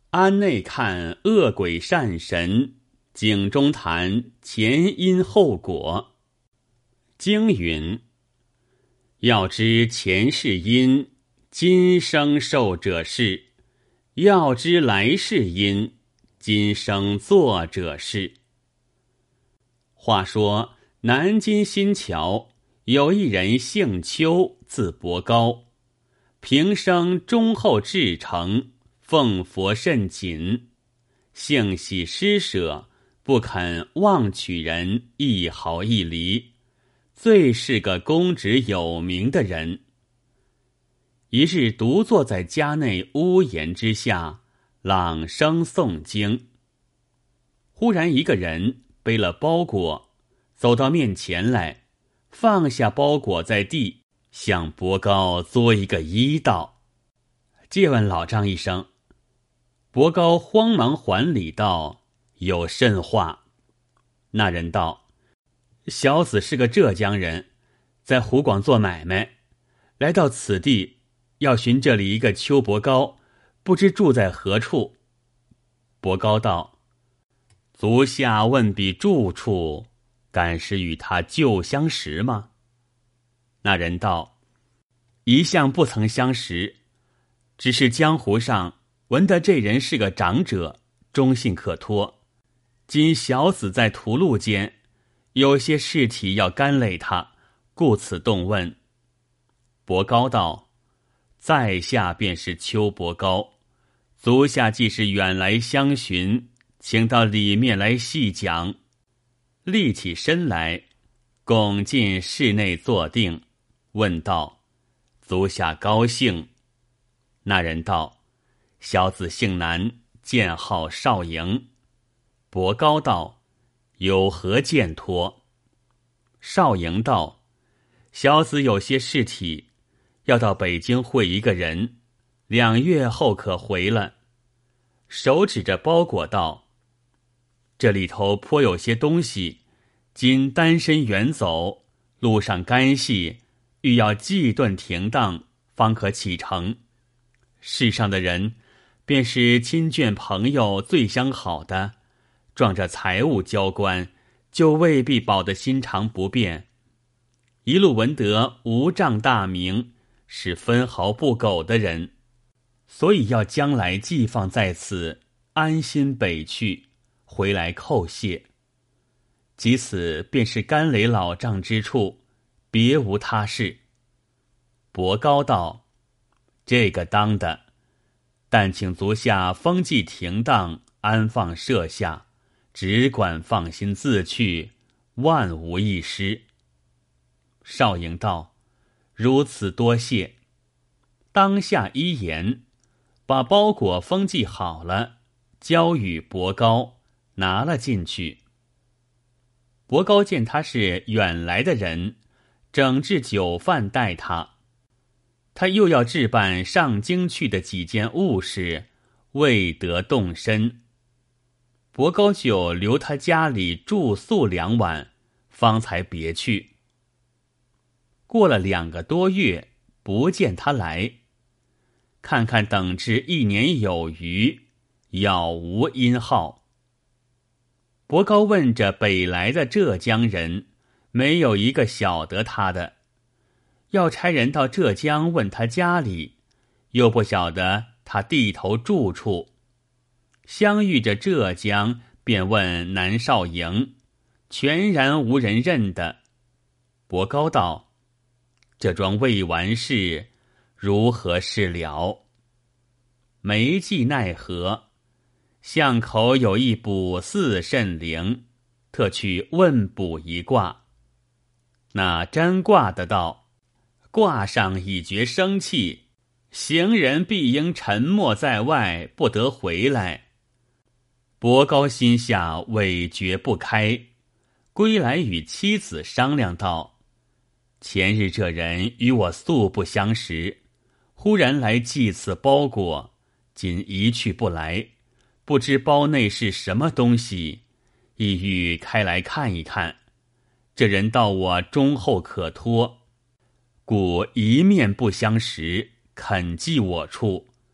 安内看恶鬼善神，井中谈前因后果。经云：要知前世因，今生受者是；要知来世因，今生作者是。话说南京新桥有一人姓邱，字伯高，平生忠厚至诚，奉佛甚谨，性喜施舍，不肯妄取人一毫一厘，最是个公职有名的人。一日独坐在家内屋檐之下，朗声诵经。忽然一个人背了包裹，走到面前来，放下包裹在地，向伯高作一个揖道：“借问老丈一声。”伯高慌忙还礼道：“有甚话？”那人道：“小子是个浙江人，在湖广做买卖，来到此地，要寻这里一个邱伯高，不知住在何处。”伯高道：“足下问彼住处，敢是与他旧相识吗？”那人道：“一向不曾相识，只是江湖上闻得这人是个长者，忠信可托。今小子在途路间，有些事体要干累他，故此动问。”伯高道：“在下便是邱伯高，足下既是远来相寻，请到里面来细讲。”立起身来，拱进室内坐定，问道：“足下高兴？”那人道：“小子姓南，剑号少营。”伯高道：“有何见托？”少营道：“小子有些事体，要到北京会一个人，2月后可回了。”手指着包裹道：“这里头颇有些东西，今单身远走，路上干系，欲要祭顿停当，方可启程。世上的人，便是亲眷朋友最相好的，撞着财物交关，就未必保得心肠不变。一路闻得无仗大名，是分毫不苟的人，所以要将来寄放在此，安心北去，回来叩谢。即此便是甘累老丈之处，别无他事。”伯高道：“这个当的，但请足下封记停当，安放舍下，只管放心自去，万无一失。”少营道：“如此多谢。”当下依言，把包裹封记好了，交与伯高，拿了进去。伯高见他是远来的人，整治酒饭待他。他又要置办上京去的几件物事，未得动身。伯高就留他家里住宿2晚，方才别去。过了2个多月，不见他来，看看等至1年有余，杳无音号。伯高问着北来的浙江人，没有一个晓得他的，要差人到浙江问他家里，又不晓得他地头住处。相遇着浙江，便问南少营，全然无人认的。伯高道：“这桩未完事，如何是了？”没计奈何，巷口有一卜四甚灵，特去问卜一卦。那占卦的道：“卦上已觉生气，行人必应沉默在外，不得回来。”伯高心下委决不开，归来与妻子商量道：“前日这人与我素不相识，忽然来寄此包裹，今一去不来，不知包内是什么东西，意欲开来看一看。这人道我忠厚可托，故一面不相识，肯寄我处。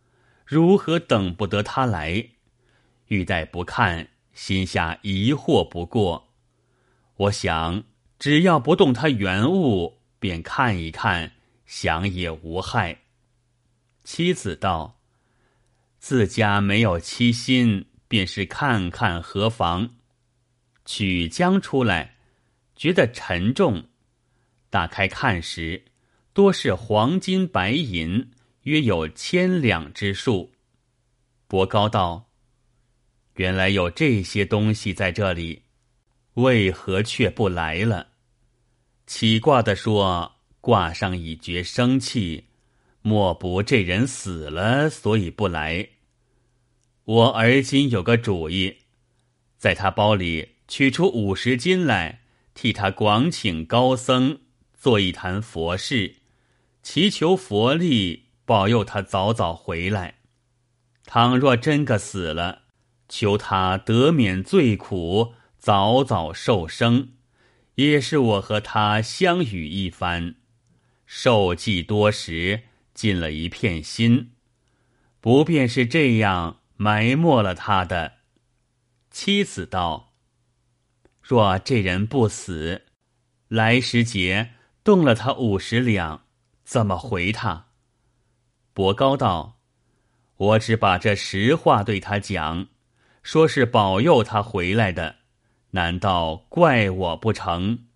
如何等不得他来？欲待不看，心下疑惑不过。我想，只要不动他原物，便看一看，想也无害。妻子道：自家没有妻心，便是看看何妨？取将出来，觉得沉重，打开看时，多是黄金白银，约有1000两之数。伯高道：原来有这些东西在这里，为何却不来了？起卦的说，卦上已觉生气，莫不这人死了，所以不来。我而今有个主意，在他包里取出50金来，替他广请高僧做一坛佛事，祈求佛力保佑他早早回来。倘若真个死了，求他得免罪苦，早早受生，也是我和他相与一番。受祭多时，尽了一片心，不便是这样埋没了他的。妻子道：若这人不死，来时节动了他50两，怎么回他？伯高道：我只把这实话对他讲，说是保佑他回来的，难道怪我不成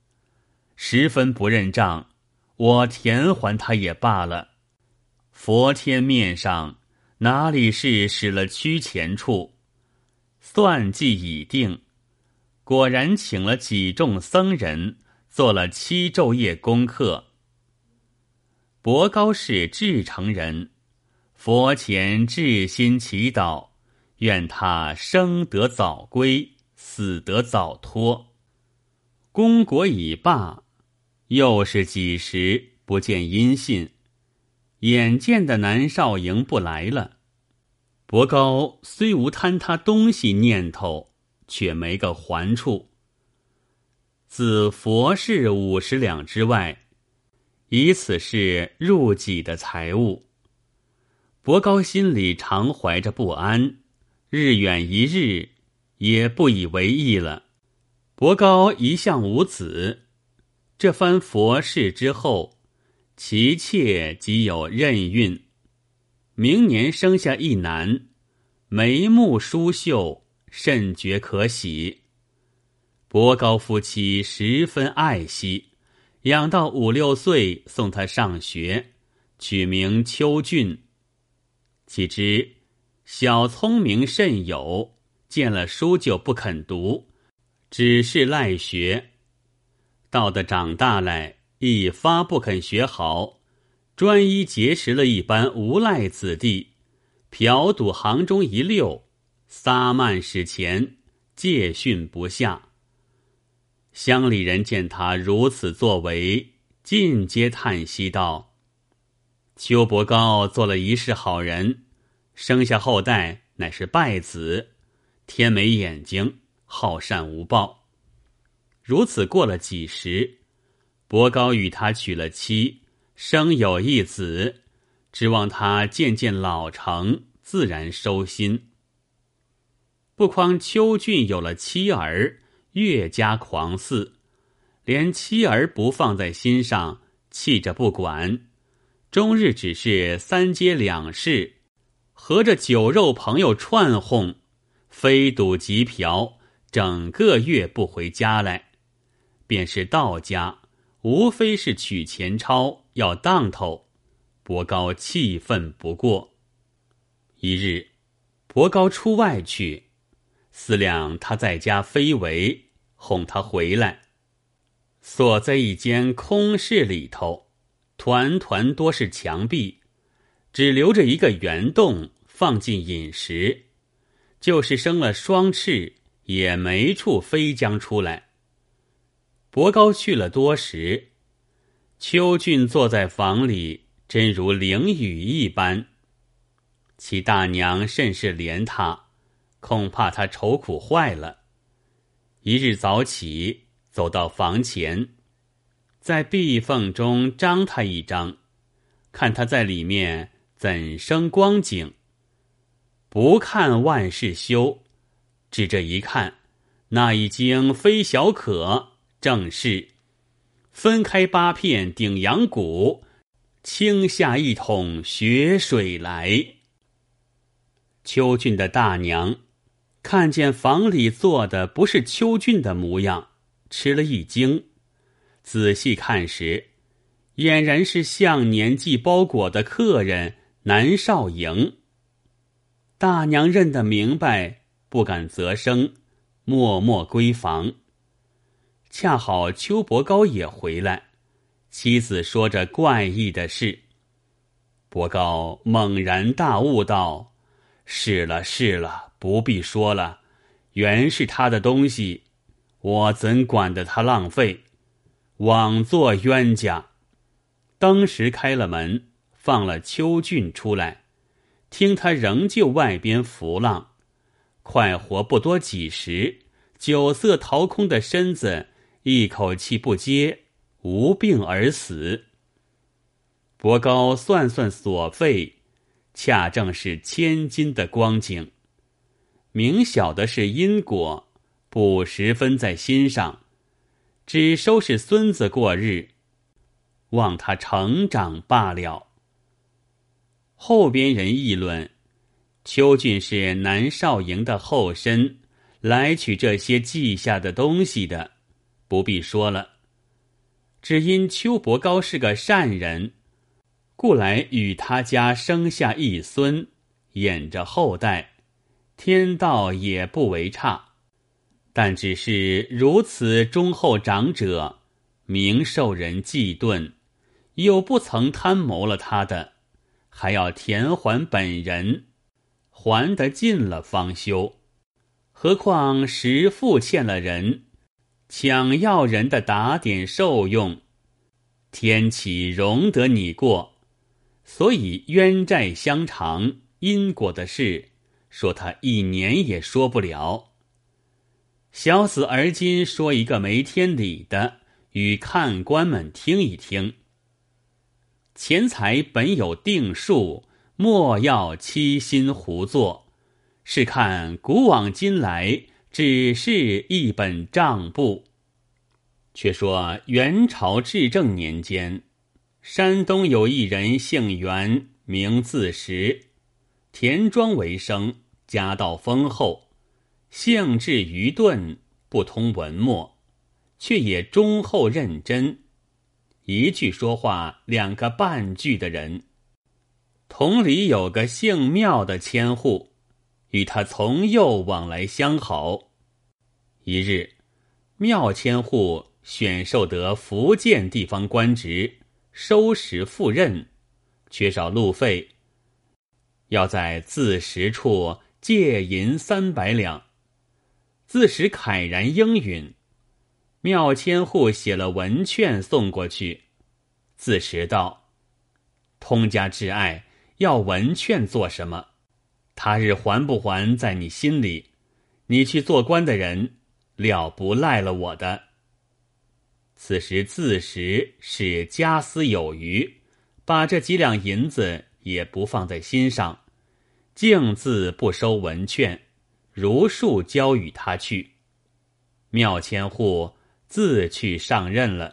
？10分不认账，我填还他也罢了。佛天面上哪里是使了屈钱处？算计已定，果然请了几众僧人，做了7昼夜功课。伯高是至诚人，佛前至心祈祷，愿他生得早归，死得早脱。功果已罢，又是几时不见音信，眼见的南少营不来了。伯高虽无贪他东西念头，却没个还处。自佛事50两之外，以此事入己的财物。伯高心里常怀着不安，日远一日，也不以为意了。伯高一向无子，这番佛事之后，其妾即有任孕，明年生下一男，眉目疏秀，甚觉可喜。伯高夫妻十分爱惜，养到5、6岁，送他上学，取名丘俊。岂知小聪明甚有，见了书就不肯读，只是赖学。到得长大来，一发不肯学好，专一结识了一般无赖子弟，嫖赌行中一溜，撒慢使钱，戒训不下。乡里人见他如此作为，尽皆叹息道：邱伯高做了一世好人，生下后代乃是败子，天没眼睛，好善无报。如此过了几时，伯高与他娶了妻，生有一子，指望他渐渐老成，自然收心。不匡丘俊有了妻儿，越加狂肆，连妻儿不放在心上，弃着不管，终日只是3街2市，合着酒肉朋友串哄，非赌即嫖，整个月不回家来。便是到家，无非是取钱钞，要当头。伯高气愤不过。一日，伯高出外去，思量他在家非为，哄他回来，锁在一间空室里头，团团多是墙壁，只留着一个圆洞，放进饮食，就是生了双翅，也没处飞将出来。伯高去了多时，丘俊坐在房里，真如灵雨一般。其大娘甚是怜他，恐怕他愁苦坏了。一日早起，走到房前，在壁缝中张他一张，看他在里面怎生光景。 不看万事休，指着一看，那已经非小可，正是分开8片顶阳骨，倾下一桶血水来。邱俊的大娘看见房里坐的不是邱俊的模样，吃了一惊，仔细看时，俨然是向年寄包裹的客人南少营。大娘认得明白，不敢啧声，默默归房。恰好邱伯高也回来，妻子说着怪异的事。伯高猛然大悟道：是了是了，不必说了，原是他的东西，我怎管得他浪费，枉做冤家。当时开了门，放了邱俊出来，听他仍旧外边浮浪，快活不多几时，酒色掏空的身子一口气不接，无病而死。伯高算算所费，恰正是1000金的光景。明晓的是因果，不十分在心上，只收拾孙子过日，望他成长罢了。后边人议论，邱俊是南少营的后身，来取这些记下的东西的，不必说了。只因邱伯高是个善人，故来与他家生下一孙，掩着后代，天道也不为差。但只是如此忠厚长者，明受人忌顿，又不曾贪谋了他的，还要填还本人，还得尽了方休。何况实父欠了人，抢要人的打点受用，天岂容得你过？所以冤债相偿，因果的事，说他1年也说不了。小子而今说一个没天理的，与看官们听一听。钱财本有定数，莫要欺心胡作，是看古往今来，只是一本账簿。却说元朝至正年间，山东有一人姓袁，名自实，田庄为生，家道丰厚，性质愚钝，不通文墨，却也忠厚认真，一句说话2个半句的人。同里有个姓缪的千户，与他从幼往来相好。一日，缪千户选授得福建地方官职，收拾赴任，缺少路费，要在自实处借银300两。自实慨然应允，缪千户写了文券送过去。自实道：通家挚爱，要文券做什么？他日还不还在你心里，你去做官的人，料不赖了我的。此时自实是家私有余，把这几两银子也不放在心上，径自不收文券，如数交与他去。缪千户自去上任了。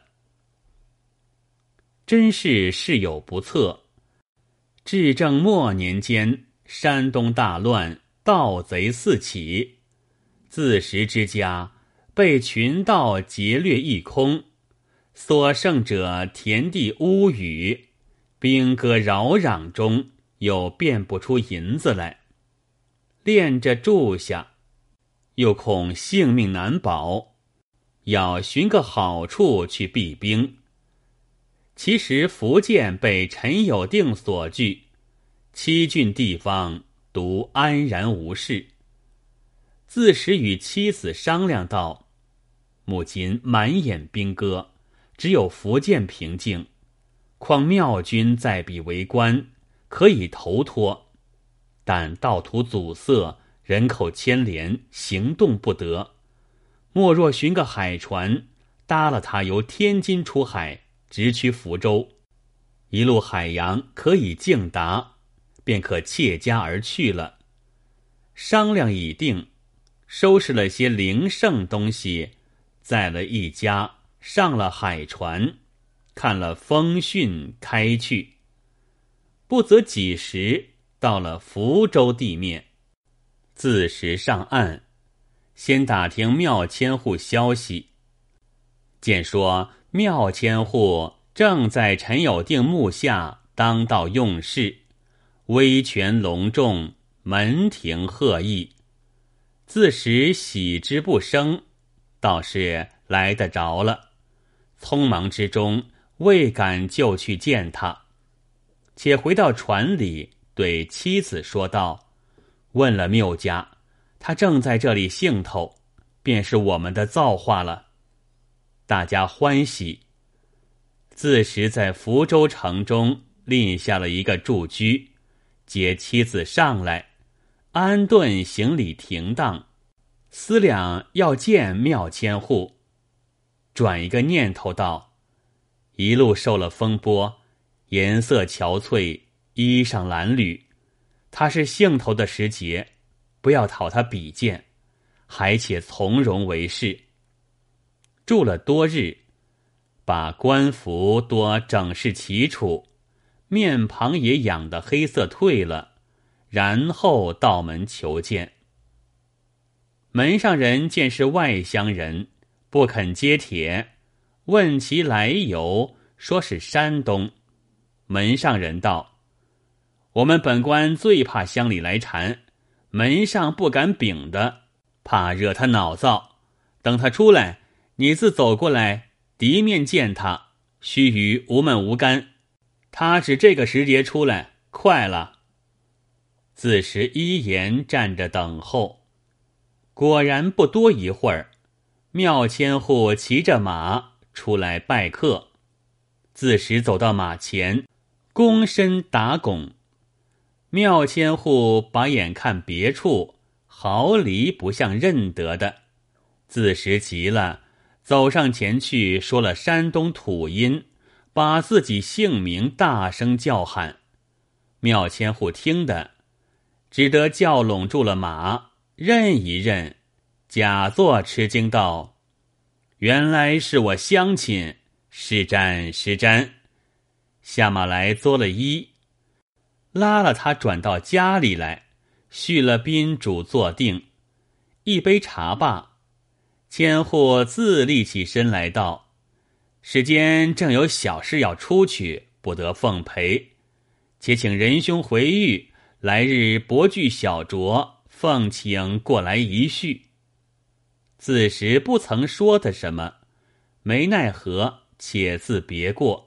真是事有不测。至正末年间，山东大乱，盗贼四起，自实之家被群盗劫掠一空，所剩者田地屋宇，兵戈扰攘中，又变不出银子来，恋着住下，又恐性命难保，要寻个好处去避兵。其实福建被陈有定所据，7郡地方独安然无事。自实与妻子商量道：母亲满眼兵戈，只有福建平静，况缪军在彼为官，可以投脱，但道途阻塞，人口牵连，行动不得。莫若寻个海船，搭了他由天津出海，直趋福州，一路海洋可以径达，便可窃家而去了。 商量已定，收拾了些零剩东西，载了一家，上了海船，看了风讯，开去。不则几时，到了福州地面，自时上岸，先打听庙千户消息，见说庙千户正在陈有定墓下当道用事，威权隆重，门庭贺意。自时喜之不生，倒是来得着了，匆忙之中未敢就去见他，且回到船里，对妻子说道：问了缪家，他正在这里兴头，便是我们的造化了。大家欢喜。自时在福州城中另下了一个住居，接妻子上来，安顿行礼停当，思量要见庙千户。转一个念头道：一路受了风波，颜色憔悴，衣裳褴褛，他是兴头的时节，不要讨他比见，还且从容为是。住了多日，把官服多整饰齐楚，面庞也养得黑色褪了，然后到门求见。门上人见是外乡人，不肯接帖，问其来由，说是山东。门上人道：我们本官最怕乡里来缠，门上不敢禀的，怕惹他恼躁。等他出来，你自走过来，敌面见他，须臾无闷无干。他指这个时节出来，快了。自时依言站着等候。果然不多一会儿，庙千户骑着马出来拜客。自时走到马前，躬身打拱。庙千户把眼看别处，毫厘不像认得的。自时急了，走上前去说了山东土音，把自己姓名大声叫喊。庙千户听的，只得叫拢住了马，认一认，假作吃惊道：原来是我乡亲，施瞻施瞻。下马来作了揖，拉了他转到家里来，续了宾主坐定。一杯茶罢，千户自立起身来道：世间正有小事要出去，不得奉陪，且请仁兄回狱，来日薄具小酌，奉请过来一叙。自时不曾说的什么，没奈何，且自别过。